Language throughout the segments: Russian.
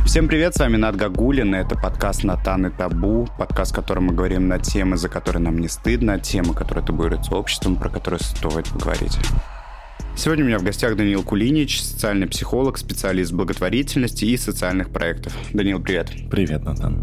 Всем привет, с вами Нат Гагулин, это подкаст «Натан и Табу», подкаст, в котором мы говорим на темы, за которые нам не стыдно, темы, которые табуируются обществом, про которые стоит поговорить. Сегодня у меня в гостях Даниил Кулинич, социальный психолог, специалист благотворительности и социальных проектов. Даниил, привет. Привет, Натан.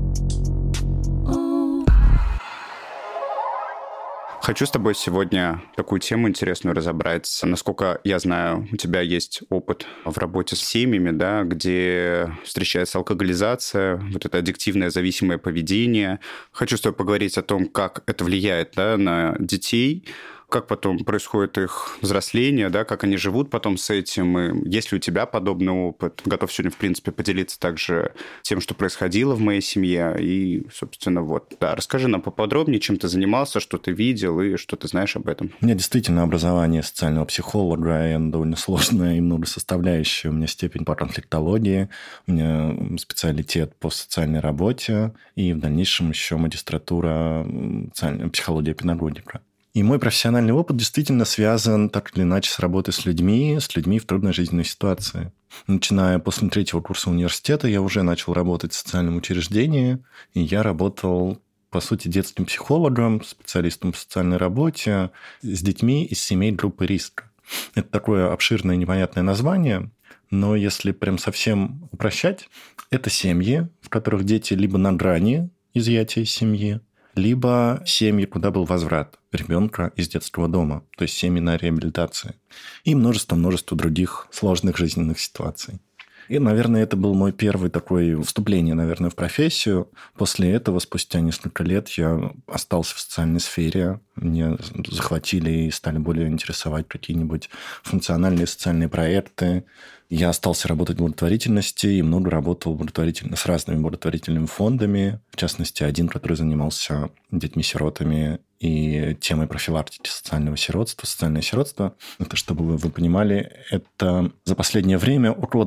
Хочу с тобой сегодня такую тему интересную разобрать. Насколько я знаю, у тебя есть опыт в работе с семьями, да, где встречается алкоголизация, вот это аддиктивное зависимое поведение. Хочу с тобой поговорить о том, как это влияет, да, на детей, как потом происходит их взросление, да, как они живут потом с этим, и есть ли у тебя подобный опыт. Готов сегодня, в принципе, поделиться также тем, что происходило в моей семье, и, собственно, вот. Да, расскажи нам поподробнее, чем ты занимался, что ты видел и что ты знаешь об этом. У меня действительно образование социального психолога, и оно довольно сложное и многосоставляющее. У меня степень по конфликтологии, у меня специалитет по социальной работе, и в дальнейшем еще магистратура психология и педагогика. И мой профессиональный опыт действительно связан так или иначе с работой с людьми в трудной жизненной ситуации. Начиная после 3-го курса университета, я уже начал работать в социальном учреждении, и я работал, по сути, детским психологом, специалистом по социальной работе с детьми из семей группы риска. Это такое обширное и непонятное название, но если прям совсем упрощать, это семьи, в которых дети либо на грани изъятия из семьи, либо семьи, куда был возврат ребенка из детского дома, то есть семьи на реабилитации, и множество других сложных жизненных ситуаций. И, наверное, это был мой первый такое вступление, наверное, в профессию. После этого, спустя несколько лет, я остался в социальной сфере. Меня захватили и стали более интересовать какие-нибудь функциональные социальные проекты. Я остался работать в благотворительности и много работал с разными благотворительными фондами. В частности, один, который занимался детьми-сиротами и темой профилактики социального сиротства. Социальное сиротство, это, чтобы вы понимали, это за последнее время около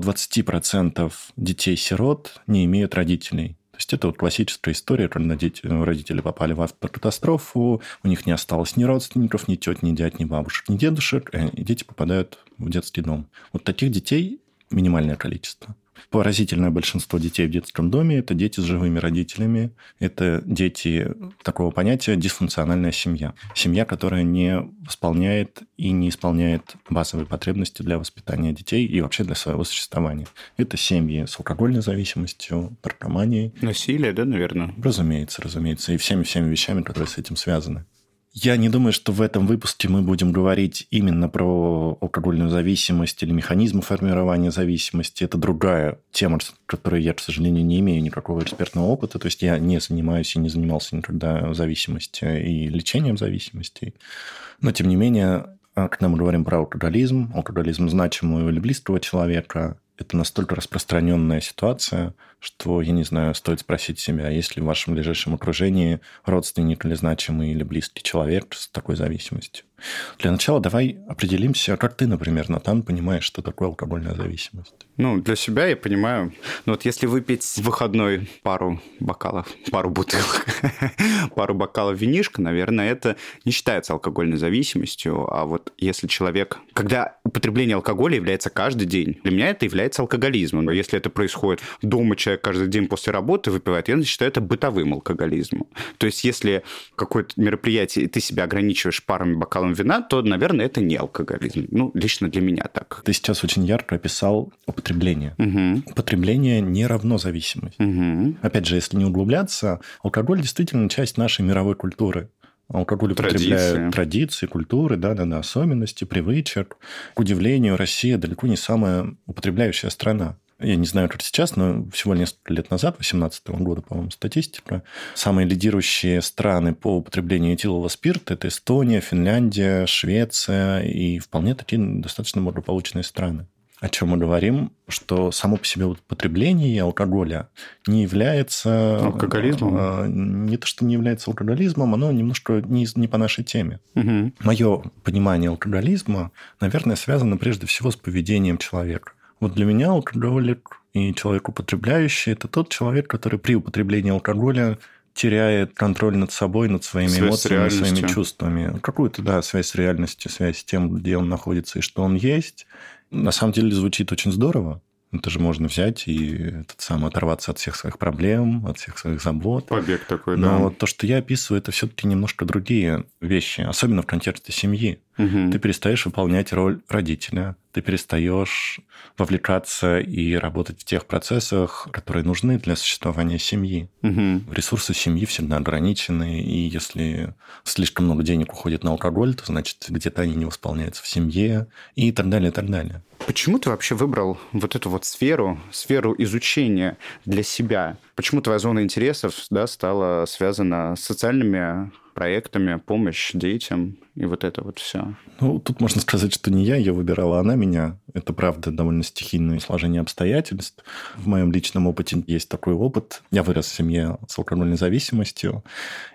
20% детей-сирот не имеют родителей. То есть это вот классическая история, когда родители попали в автокатастрофу, у них не осталось ни родственников, ни тет, ни дядь, ни бабушек, ни дедушек, и дети попадают в детский дом. Вот таких детей минимальное количество. Поразительное большинство детей в детском доме – это дети с живыми родителями. Это дети такого понятия дисфункциональная семья. Семья, которая не восполняет и не исполняет базовые потребности для воспитания детей и вообще для своего существования. Это семьи с алкогольной зависимостью, наркоманией. Насилие, да, наверное? Разумеется. И всеми вещами, которые с этим связаны. Я не думаю, что в этом выпуске мы будем говорить именно про алкогольную зависимость или механизмы формирования зависимости. Это другая тема, с которой я, к сожалению, не имею никакого экспертного опыта. То есть я не занимаюсь и не занимался никогда зависимостью и лечением зависимостей. Но, тем не менее, когда мы говорим про алкоголизм значимого или близкого человека, это настолько распространенная ситуация, что, я не знаю, стоит спросить себя, есть ли в вашем ближайшем окружении родственник или значимый или близкий человек с такой зависимостью. Для начала давай определимся, как ты, например, Натан, понимаешь, что такое алкогольная зависимость. Для себя я понимаю. Вот если выпить в выходной пару бокалов винишка, наверное, это не считается алкогольной зависимостью. А вот если человек... Когда употребление алкоголя является каждый день, для меня это является алкоголизмом. Если это происходит дома, человек каждый день после работы выпивает, я считаю это бытовым алкоголизмом. То есть если какое-то мероприятие, ты себя ограничиваешь парами бокалов вина, то, наверное, это не алкоголизм. Лично для меня так. Ты сейчас очень ярко описал употребление. Угу. Употребление не равно зависимость. Угу. Опять же, если не углубляться, алкоголь действительно часть нашей мировой культуры. Алкоголь употребляют традиции, культуры, особенности, привычек. К удивлению, Россия далеко не самая употребляющая страна. Я не знаю, как сейчас, но всего несколько лет назад, 2018 года, по-моему, статистика, самые лидирующие страны по употреблению этилового спирта – это Эстония, Финляндия, Швеция и вполне такие достаточно благополучные страны. О чем мы говорим, что само по себе употребление алкоголя не является... Алкоголизмом? Не то, что не является алкоголизмом, оно немножко не по нашей теме. Угу. Мое понимание алкоголизма, наверное, связано прежде всего с поведением человека. Вот для меня алкоголик и человек употребляющий – это тот человек, который при употреблении алкоголя теряет контроль над собой, над своими эмоциями, своими чувствами. Какую-то, связь с реальностью, связь с тем, где он находится и что он есть. На самом деле звучит очень здорово. Это же можно взять и оторваться от всех своих проблем, от всех своих забот. Побег такой, да. Но то, что я описываю, это все-таки немножко другие вещи, особенно в контексте семьи. Угу. Ты перестаешь выполнять роль родителя, ты перестаешь вовлекаться и работать в тех процессах, которые нужны для существования семьи. Угу. Ресурсы семьи всегда ограничены, и если слишком много денег уходит на алкоголь, то значит где-то они не восполняются в семье и так далее, и так далее. Почему ты вообще выбрал вот эту вот сферу изучения для себя? Почему твоя зона интересов, да, стала связана с социальными проектами, помощь детям и вот это вот все? Ну, тут можно сказать, что не я ее выбирала, она меня. Это, правда, довольно стихийное сложение обстоятельств. В моем личном опыте есть такой опыт. Я вырос в семье с алкогольной зависимостью,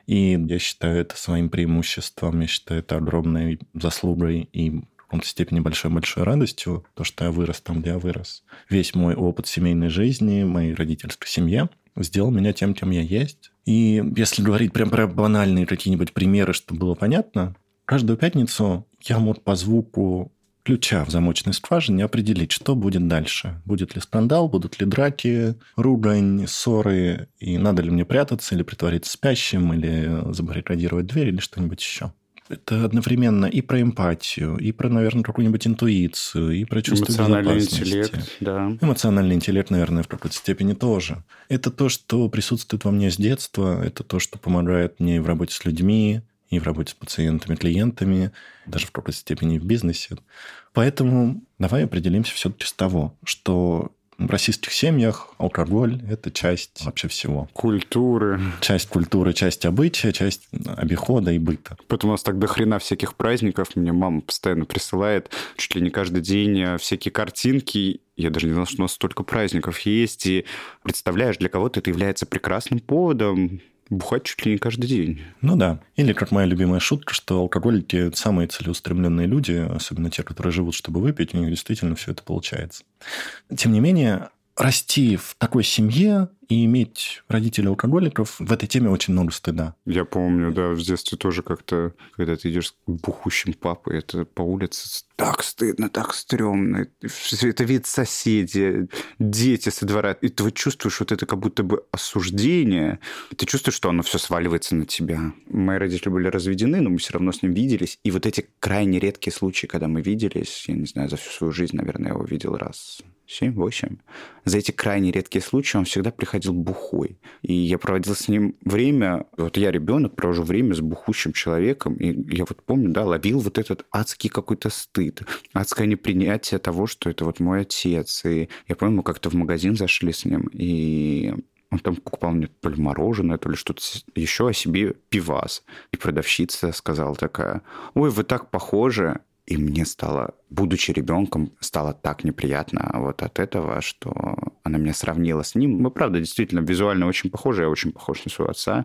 и я считаю это своим преимуществом, я считаю это огромной заслугой и в какой-то степени большой-большой радостью, то, что я вырос там, где я вырос. Весь мой опыт семейной жизни, моей родительской семье сделал меня тем, кем я есть. И если говорить прям про банальные какие-нибудь примеры, чтобы было понятно, каждую пятницу я мог по звуку ключа в замочной скважине определить, что будет дальше. Будет ли скандал, будут ли драки, ругань, ссоры, и надо ли мне прятаться или притвориться спящим, или забаррикадировать дверь, или что-нибудь еще. Это одновременно и про эмпатию, и про, наверное, какую-нибудь интуицию, и про чувство безопасности. Эмоциональный интеллект, да. Эмоциональный интеллект, наверное, в какой-то степени тоже. Это то, что присутствует во мне с детства, это то, что помогает мне и в работе с людьми, и в работе с пациентами, клиентами, даже в какой-то степени в бизнесе. Поэтому давай определимся все-таки с того, что в российских семьях алкоголь – это часть вообще всего. Культуры. Часть культуры, часть обычая, часть обихода и быта. Поэтому у нас так до хрена всяких праздников. Мне мама постоянно присылает чуть ли не каждый день всякие картинки. Я даже не знал, что у нас столько праздников есть. И представляешь, для кого-то это является прекрасным поводом бухать чуть ли не каждый день. Ну да. Или, как моя любимая шутка, что алкоголики – самые целеустремленные люди, особенно те, которые живут, чтобы выпить, у них действительно все это получается. Тем не менее, расти в такой семье и иметь родителей алкоголиков, в этой теме очень много стыда. Я помню, да, в детстве тоже как-то, когда ты идешь с бухущим папой, это по улице так стыдно, так стрёмно. Это вид соседей, дети со двора. И ты чувствуешь вот это как будто бы осуждение. И ты чувствуешь, что оно все сваливается на тебя. Мои родители были разведены, но мы все равно с ним виделись. И вот эти крайне редкие случаи, когда мы виделись, я не знаю, за всю свою жизнь, наверное, я его видел раз 7-8. За эти крайне редкие случаи он всегда приходил бухой. И я проводил с ним время... Вот я ребенок, провожу время с бухущим человеком, и я вот помню, да, ловил вот этот адский какой-то стыд, адское непринятие того, что это вот мой отец. И я помню, мы как-то в магазин зашли с ним, и он там покупал мне то ли мороженое, то ли что-то еще, о себе пивас. И продавщица сказала такая: «Ой, вы так похожи». И мне стало, будучи ребенком, стало так неприятно вот от этого, что она меня сравнила с ним. Мы, правда, действительно визуально очень похожи, я очень похож на своего отца.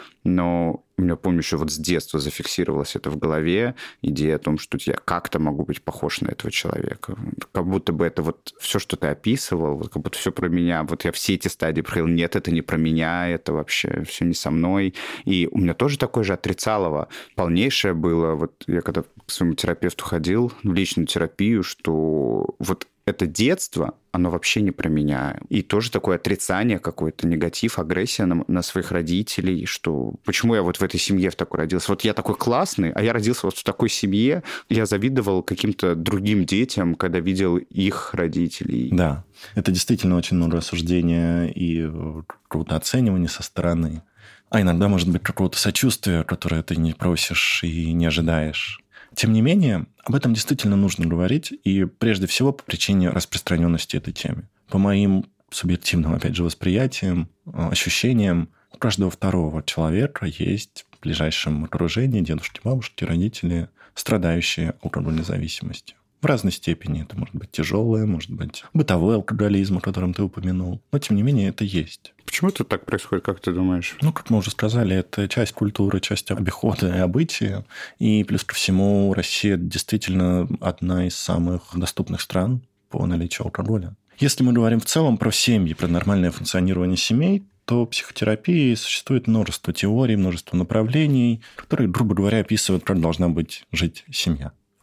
Но у меня, помню, еще вот с детства зафиксировалось это в голове, идея о том, что я как-то могу быть похож на этого человека. Как будто бы это вот все, что ты описывал, вот как будто все про меня. Вот я все эти стадии проходил. Нет, это не про меня, это вообще все не со мной. И у меня тоже такое же отрицалово полнейшее было. Вот я когда к своему терапевту ходил в личную терапию, что вот это детство, оно вообще не про меня. И тоже такое отрицание, какой-то негатив, агрессия на своих родителей, что почему я вот в этой семье в такой родился. Вот я такой классный, а я родился вот в такой семье. Я завидовал каким-то другим детям, когда видел их родителей. Да, это действительно очень много осуждения и какого-то оценивания со стороны. А иногда, может быть, какого-то сочувствия, которое ты не просишь и не ожидаешь. Тем не менее, об этом действительно нужно говорить, и прежде всего по причине распространенности этой темы. По моим субъективным, опять же, восприятиям, ощущениям, у каждого второго человека есть в ближайшем окружении дедушки, бабушки, родители, страдающие алкогольной зависимостью. В разной степени. Это может быть тяжелое, может быть бытовой алкоголизм, о котором ты упомянул. Но, тем не менее, это есть. Почему это так происходит, как ты думаешь? Ну, как мы уже сказали, это часть культуры, часть обихода и обычая. И плюс ко всему, Россия действительно одна из самых доступных стран по наличию алкоголя. Если мы говорим в целом про семьи, про нормальное функционирование семей, то в психотерапии существует множество теорий, множество направлений, которые, грубо говоря, описывают, как должна быть жить семья.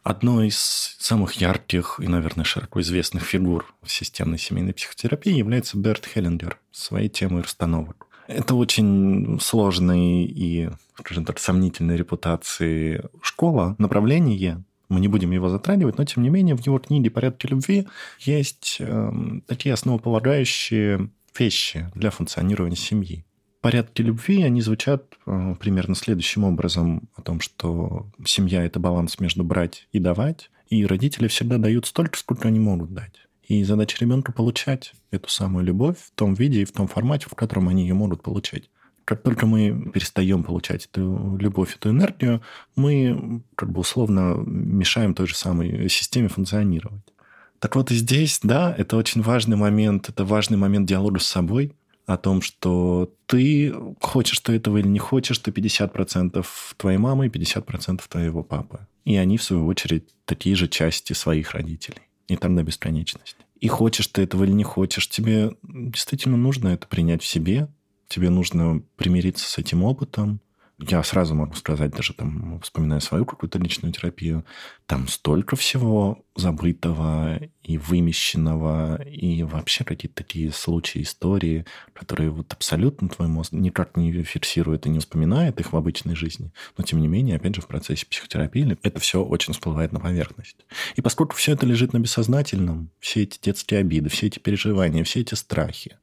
Одной из самых ярких и, наверное, широко известных фигур в системной семейной психотерапии является Берт Хеллингер с своей темой расстановок. Это очень сложный и, скажем так, сомнительной репутации школа, направление. Мы не будем его затрагивать, но, тем не менее, в его книге «Порядки любви» есть такие основополагающие вещи для функционирования семьи. Порядки любви, они звучат примерно следующим образом, о том, что семья – это баланс между брать и давать, и родители всегда дают столько, сколько они могут дать. И задача ребенка – получать эту самую любовь в том виде и в том формате, в котором они ее могут получать. Как только мы перестаем получать эту любовь, эту энергию, мы условно мешаем той же самой системе функционировать. Так вот и здесь, да, это очень важный момент, это важный момент диалога с собой, о том, что ты хочешь ты этого или не хочешь, ты 50% твоей мамы и 50% твоего папы. И они, в свою очередь, такие же части своих родителей. И так до бесконечности. И хочешь ты этого или не хочешь, тебе действительно нужно это принять в себе, тебе нужно примириться с этим опытом. Я сразу могу сказать, даже там, вспоминая свою какую-то личную терапию, там столько всего забытого и вымещенного, и вообще какие-то такие случаи, истории, которые вот абсолютно твой мозг никак не фиксирует и не вспоминает их в обычной жизни. Но, тем не менее, опять же, в процессе психотерапии это все очень всплывает на поверхность. И поскольку все это лежит на бессознательном, все эти детские обиды, все эти переживания, все эти страхи,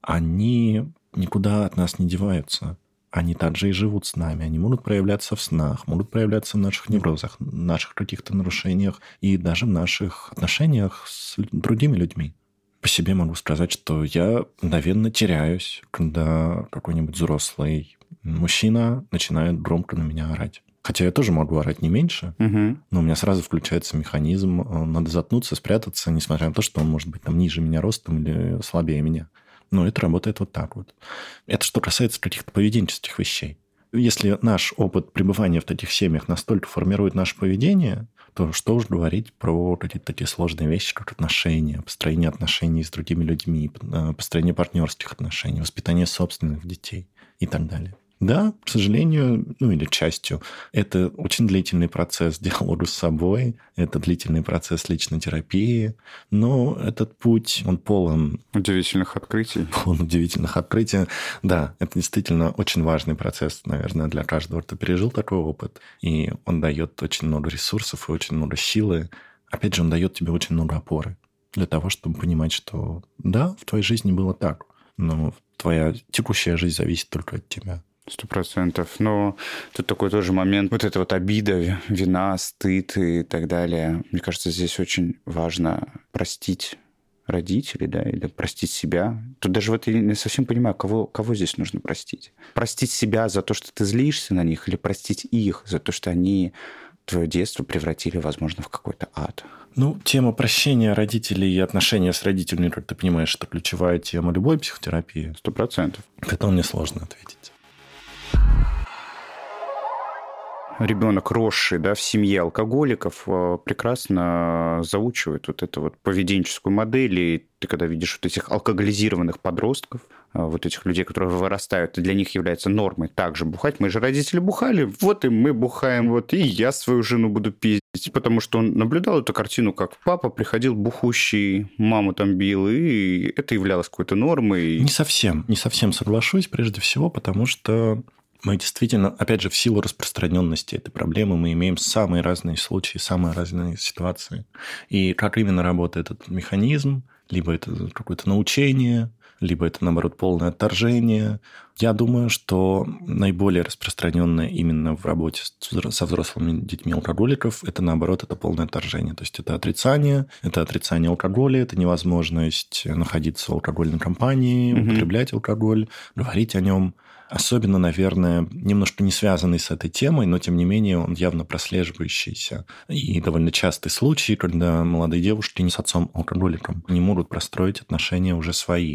они никуда от нас не деваются. Они также и живут с нами. Они могут проявляться в снах, могут проявляться в наших неврозах, в наших каких-то нарушениях и даже в наших отношениях с другими людьми. По себе могу сказать, что я, наверное, теряюсь, когда какой-нибудь взрослый мужчина начинает громко на меня орать. Хотя я тоже могу орать не меньше, но у меня сразу включается механизм, надо заткнуться, спрятаться, несмотря на то, что он может быть там ниже меня ростом или слабее меня. Но это работает вот так вот. Это что касается каких-то поведенческих вещей. Если наш опыт пребывания в таких семьях настолько формирует наше поведение, то что уж говорить про какие-то такие сложные вещи, как отношения, построение отношений с другими людьми, построение партнерских отношений, воспитание собственных детей и так далее. Да, к сожалению, или к счастью, это очень длительный процесс диалога с собой, это длительный процесс личной терапии, но этот путь, он полон удивительных открытий. Да, это действительно очень важный процесс, наверное, для каждого, кто пережил такой опыт, и он дает очень много ресурсов и очень много силы. Опять же, он дает тебе очень много опоры для того, чтобы понимать, что да, в твоей жизни было так, но твоя текущая жизнь зависит только от тебя. 100%. Но тут такой тоже момент. Вот эта вот обида, вина, стыд и так далее. Мне кажется, здесь очень важно простить родителей, да, или простить себя. Тут даже вот я не совсем понимаю, кого здесь нужно простить. Простить себя за то, что ты злишься на них, или простить их за то, что они твое детство превратили, возможно, в какой-то ад. Тема прощения родителей и отношения с родителями, как ты понимаешь, это ключевая тема любой психотерапии. 100%. Это мне сложно ответить. Ребенок, росший, да, в семье алкоголиков, прекрасно заучивает вот эту вот поведенческую модель. И ты когда видишь вот этих алкоголизированных подростков, вот этих людей, которые вырастают, и для них является нормой также бухать. Мы же родители бухали, вот и мы бухаем, вот и я свою жену буду пиздить. Потому что он наблюдал эту картину, как папа приходил бухущий, маму там бил, и это являлось какой-то нормой. Не совсем соглашусь, прежде всего, потому что мы действительно, опять же, в силу распространенности этой проблемы мы имеем самые разные случаи, самые разные ситуации. И как именно работает этот механизм, либо это какое-то научение, либо это, наоборот, полное отторжение. Я думаю, что наиболее распространенное именно в работе со взрослыми детьми алкоголиков, это, наоборот, это полное отторжение. То есть это отрицание алкоголя, это невозможность находиться в алкогольной компании, употреблять алкоголь, говорить о нем. Особенно, наверное, немножко не связанный с этой темой, но, тем не менее, он явно прослеживающийся. И довольно частый случай, когда молодые девушки с отцом-алкоголиком не могут простроить отношения уже свои.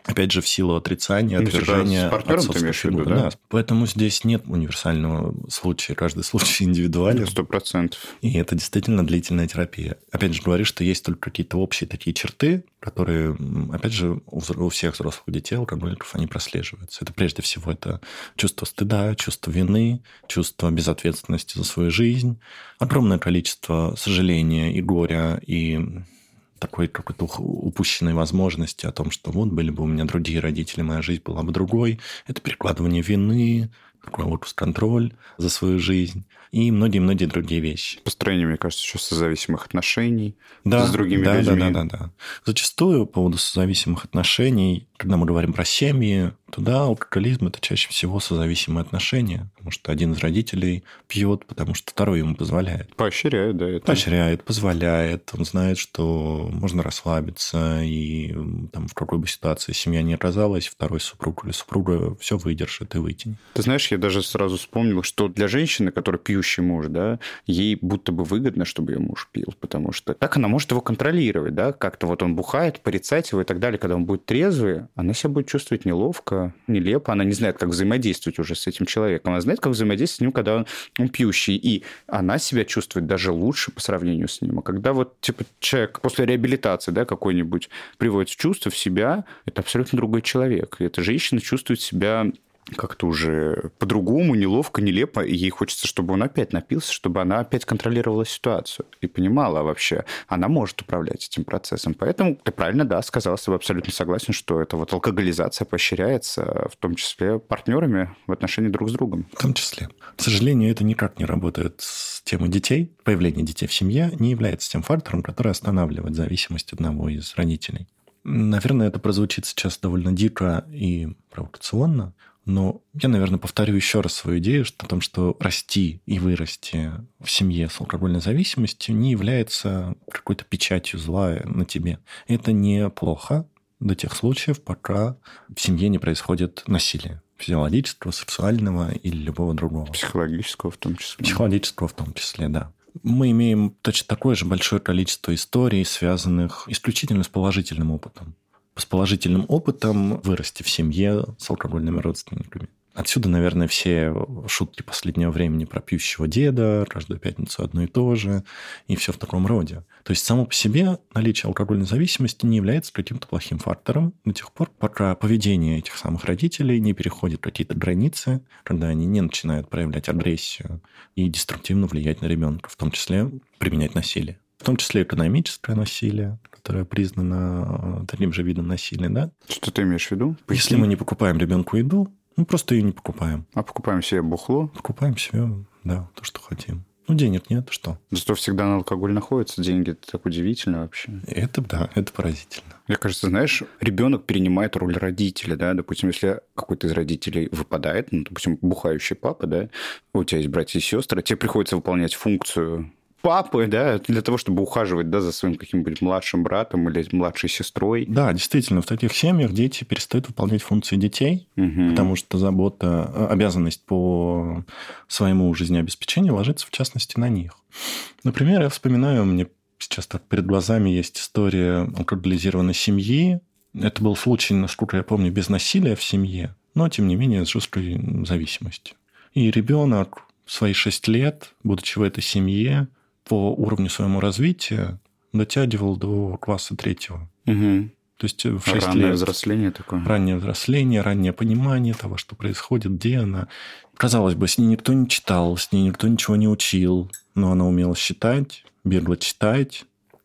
Опять же, в силу отрицания, С отвержения партнером ты имеешь в виду, да? Поэтому здесь нет универсального случая. Каждый случай индивидуален. 100%. И это действительно длительная терапия. Опять же, говоришь, что есть только какие-то общие такие черты, которые, опять же, у всех взрослых детей, алкоголиков, они прослеживаются. Это прежде всего это чувство стыда, чувство вины, чувство безответственности за свою жизнь, огромное количество сожаления и горя, и такой какой-то упущенной возможности о том, что вот были бы у меня другие родители, моя жизнь была бы другой. Это перекладывание вины, такой локус-контроль за свою жизнь и многие-многие другие вещи. Построение, мне кажется, еще созависимых отношений с другими людьми. Да. Зачастую по поводу созависимых отношений, когда мы говорим про семьи, то да, алкоголизм – это чаще всего созависимые отношения, потому что один из родителей пьет, потому что второй ему позволяет. Поощряет, да. Это. Поощряет, позволяет. Он знает, что можно расслабиться, и там, в какой бы ситуации семья не оказалась, второй супруг или супруга все выдержит и вытянет. Ты знаешь, я даже сразу вспомнил, что для женщины, которая пьющий муж, да, ей будто бы выгодно, чтобы ее муж пил, потому что так она может его контролировать, да, как-то вот он бухает, порицать его и так далее. Когда он будет трезвый, она себя будет чувствовать неловко, нелепо, она не знает, как взаимодействовать уже с этим человеком, она знает, как взаимодействовать с ним, когда он пьющий, и она себя чувствует даже лучше по сравнению с ним. А когда вот, типа, человек после реабилитации, да, какой-нибудь приводит в чувство, в себя, это абсолютно другой человек. И эта женщина чувствует себя как-то уже по-другому, неловко, нелепо, и ей хочется, чтобы он опять напился, чтобы она опять контролировала ситуацию и понимала вообще, она может управлять этим процессом. Поэтому ты правильно, да, сказала, с тобой абсолютно согласен, что эта вот алкоголизация поощряется, в том числе партнерами в отношении друг с другом. В том числе. К сожалению, это никак не работает с темой детей. Появление детей в семье не является тем фактором, который останавливает зависимость одного из родителей. Наверное, это прозвучит сейчас довольно дико и провокационно, но я, наверное, повторю еще раз свою идею о том, что расти и вырасти в семье с алкогольной зависимостью не является какой-то печатью зла на тебе. Это неплохо до тех случаев, пока в семье не происходит насилие. Физиологического, сексуального или любого другого. Психологического в том числе. Психологического в том числе, да. Мы имеем точно такое же большое количество историй, связанных исключительно с положительным опытом. С положительным опытом вырасти в семье с алкогольными родственниками. Отсюда, наверное, все шутки последнего времени про пьющего деда, каждую пятницу одно и то же, и все в таком роде. То есть само по себе наличие алкогольной зависимости не является каким-то плохим фактором до тех пор, пока поведение этих самых родителей не переходит какие-то границы, когда они не начинают проявлять агрессию и деструктивно влиять на ребенка, в том числе применять насилие. В том числе экономическое насилие, которое признано таким же видом насилия, да? Что ты имеешь в виду? Если мы не покупаем ребенку еду, мы просто ее не покупаем. А покупаем себе бухло? Покупаем себе, да, то, что хотим. Ну, денег нет, что? Зато всегда на алкоголь находятся деньги. Это так удивительно вообще. Это, да, это поразительно. Мне кажется, знаешь, ребенок перенимает роль родителя, да, допустим, если какой-то из родителей выпадает, ну, допустим, бухающий папа, да, у тебя есть братья и сестры, тебе приходится выполнять функцию папы, да, для того, чтобы ухаживать, да, за своим каким-нибудь младшим братом или младшей сестрой. Да, действительно, в таких семьях дети перестают выполнять функции детей, потому что забота, обязанность по своему жизнеобеспечению ложится, в частности, на них. Например, я вспоминаю, мне сейчас так перед глазами есть история алкоголизированной семьи. Это был случай, насколько я помню, без насилия в семье, но, тем не менее, с жесткой зависимостью. И ребенок в свои 6 лет, будучи в этой семье, по уровню своему развития дотягивал до класса 3. Угу. То есть в 6 раннее лет. Взросление такое. Раннее взросление, раннее понимание того, что происходит, где она. Казалось бы, с ней никто не читал, с ней никто ничего не учил, но она умела считать, бегло читать.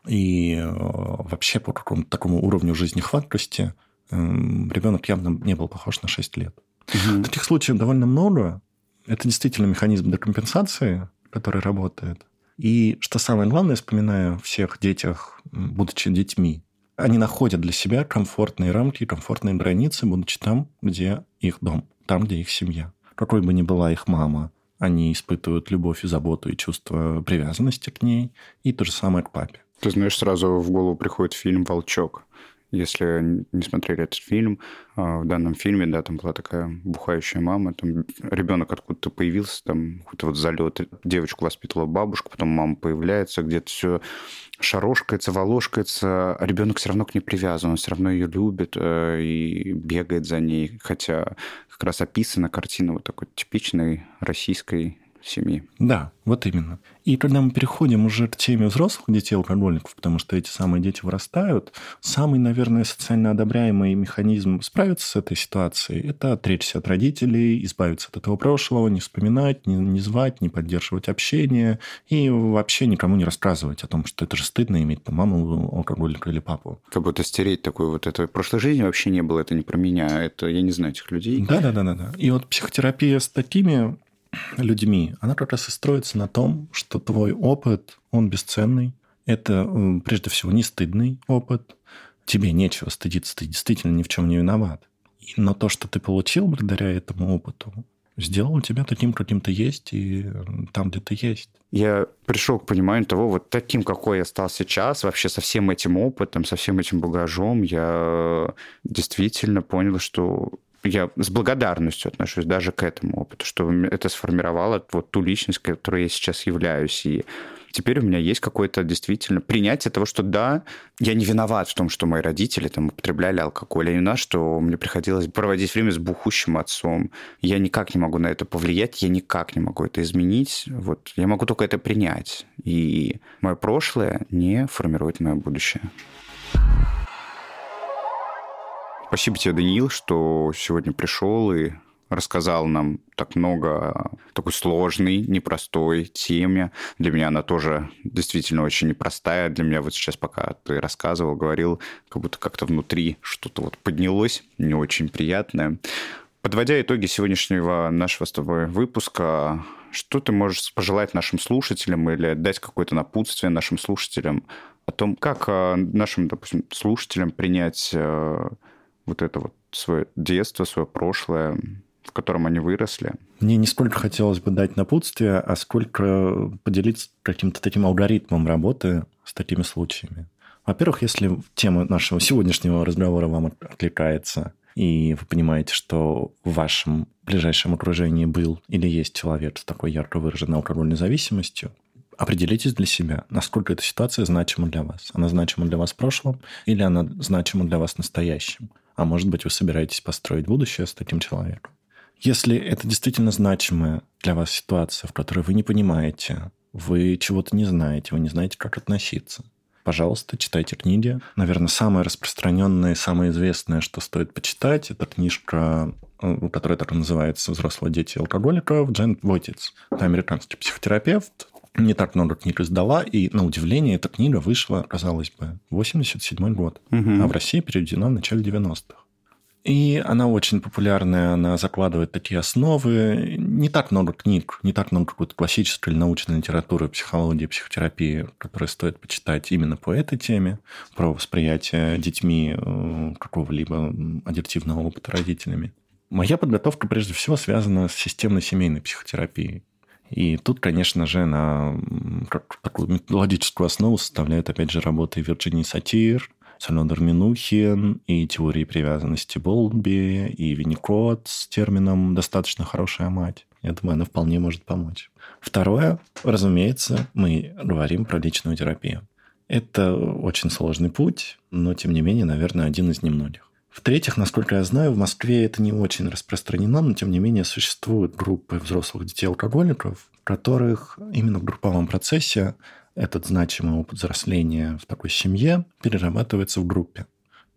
И вообще по какому-то такому уровню жизнехваткости ребенок явно не был похож на 6 лет. Угу. Таких случаев довольно много. Это действительно механизм декомпенсации, который работает. И что самое главное, вспоминая всех детях, будучи детьми, они находят для себя комфортные рамки, комфортные границы, будучи там, где их дом, там, где их семья. Какой бы ни была их мама, они испытывают любовь и заботу и чувство привязанности к ней, и то же самое к папе. Ты знаешь, сразу в голову приходит фильм «Волчок». Если не смотрели этот фильм, в данном фильме, да, там была такая бухающая мама, там ребенок откуда-то появился, там какой-то вот залет, девочку воспитывала бабушка, потом мама появляется, где-то все шарошкается, волошкается, а ребенок все равно к ней привязан, он все равно ее любит и бегает за ней, хотя как раз описана картина вот такой типичной российской семьи. Да, вот именно. И когда мы переходим уже к теме взрослых детей-алкоголиков, потому что эти самые дети вырастают, самый, наверное, социально одобряемый механизм справиться с этой ситуацией – это отречься от родителей, избавиться от этого прошлого, не вспоминать, не звать, не поддерживать общение и вообще никому не рассказывать о том, что это же стыдно иметь там, маму алкоголика или папу. Как будто стереть такой вот это. В прошлой жизни вообще не было, это не про меня, это я не знаю этих людей. Да. И вот психотерапия с такими людьми, она как раз и строится на том, что твой опыт, он бесценный. Это, прежде всего, не стыдный опыт. Тебе нечего стыдиться, ты действительно ни в чем не виноват. Но то, что ты получил благодаря этому опыту, сделал тебя таким, каким ты есть, и там, где ты есть. Я пришел к пониманию того, вот таким, какой я стал сейчас, вообще со всем этим опытом, со всем этим багажом, я действительно понял, что я с благодарностью отношусь даже к этому опыту, что это сформировало вот ту личность, которой я сейчас являюсь. И теперь у меня есть какое-то действительно принятие того, что да, я не виноват в том, что мои родители там употребляли алкоголь. Я не виноват, что мне приходилось проводить время с бухущим отцом. Я никак не могу на это повлиять, я никак не могу это изменить. Вот. Я могу только это принять. И мое прошлое не формирует мое будущее. Спасибо тебе, Даниил, что сегодня пришел и рассказал нам так много о такой сложной, непростой теме. Для меня она тоже действительно очень непростая. Для меня вот сейчас, пока ты рассказывал, говорил, как будто как-то внутри что-то вот поднялось, не очень приятное. Подводя итоги сегодняшнего нашего с тобой выпуска, что ты можешь пожелать нашим слушателям или дать какое-то напутствие нашим слушателям о том, как нашим, допустим, слушателям принять вот это вот свое детство, свое прошлое, в котором они выросли? Мне не сколько хотелось бы дать напутствие, а сколько поделиться каким-то таким алгоритмом работы с такими случаями. Во-первых, если тема нашего сегодняшнего разговора вам откликается, и вы понимаете, что в вашем ближайшем окружении был или есть человек с такой ярко выраженной алкогольной зависимостью, определитесь для себя, насколько эта ситуация значима для вас. Она значима для вас в прошлом или она значима для вас в настоящем. А может быть, вы собираетесь построить будущее с таким человеком. Если это действительно значимая для вас ситуация, в которой вы не понимаете, вы чего-то не знаете, вы не знаете, как относиться, пожалуйста, читайте книги. Наверное, самое распространенное и самое известное, что стоит почитать, это книжка, которая так и называется «Взрослые дети алкоголиков», Джен Войтиц. Это американский психотерапевт. Не так много книг издала, и, на удивление, эта книга вышла, казалось бы, в 1987 год, а в России переведена в начале 90-х. И она очень популярная, она закладывает такие основы. Не так много книг, не так много какой-то классической или научной литературы, психологии, психотерапии, которые стоит почитать именно по этой теме, про восприятие детьми какого-либо аддиктивного опыта родителями. Моя подготовка, прежде всего, связана с системной семейной психотерапией. И тут, конечно же, на такую методологическую основу составляет, опять же, работы Вирджинии Сатир, Салвадор Минухин и теории привязанности Болби, и Винникот с термином «достаточно хорошая мать». Я думаю, она вполне может помочь. Второе, разумеется, мы говорим про личную терапию. Это очень сложный путь, но, тем не менее, наверное, один из немногих. В-третьих, насколько я знаю, в Москве это не очень распространено, но, тем не менее, существуют группы взрослых детей-алкоголиков, в которых именно в групповом процессе этот значимый опыт взросления в такой семье перерабатывается в группе.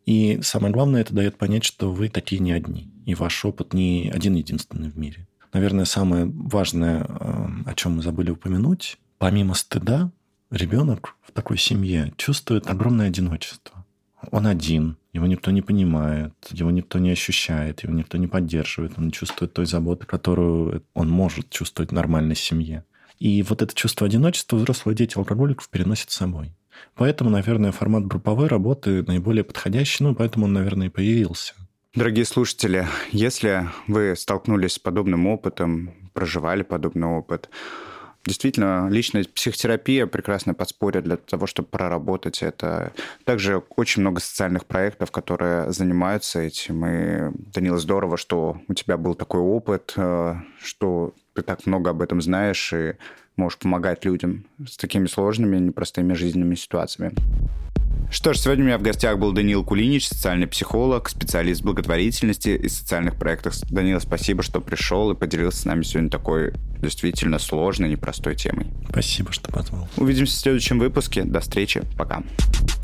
И самое главное, это дает понять, что вы такие не одни, и ваш опыт не один-единственный в мире. Наверное, самое важное, о чем мы забыли упомянуть, помимо стыда, ребенок в такой семье чувствует огромное одиночество. Он один, его никто не понимает, его никто не ощущает, его никто не поддерживает, он не чувствует той заботы, которую он может чувствовать в нормальной семье. И вот это чувство одиночества взрослые дети алкоголиков переносят с собой. Поэтому, наверное, формат групповой работы наиболее подходящий, поэтому он, наверное, и появился. Дорогие слушатели, если вы столкнулись с подобным опытом, проживали подобный опыт, Действительно, личная психотерапия – прекрасное подспорье для того, чтобы проработать это. Также очень много социальных проектов, которые занимаются этим. И, Данила, здорово, что у тебя был такой опыт, что ты так много об этом знаешь и можешь помогать людям с такими сложными, непростыми жизненными ситуациями. Что ж, сегодня у меня в гостях был Даниил Кулинич, социальный психолог, специалист благотворительности и социальных проектов. даниил, спасибо, что пришел и поделился с нами сегодня такой действительно сложной, непростой темой. Спасибо, что позвал. Увидимся в следующем выпуске. До встречи. Пока.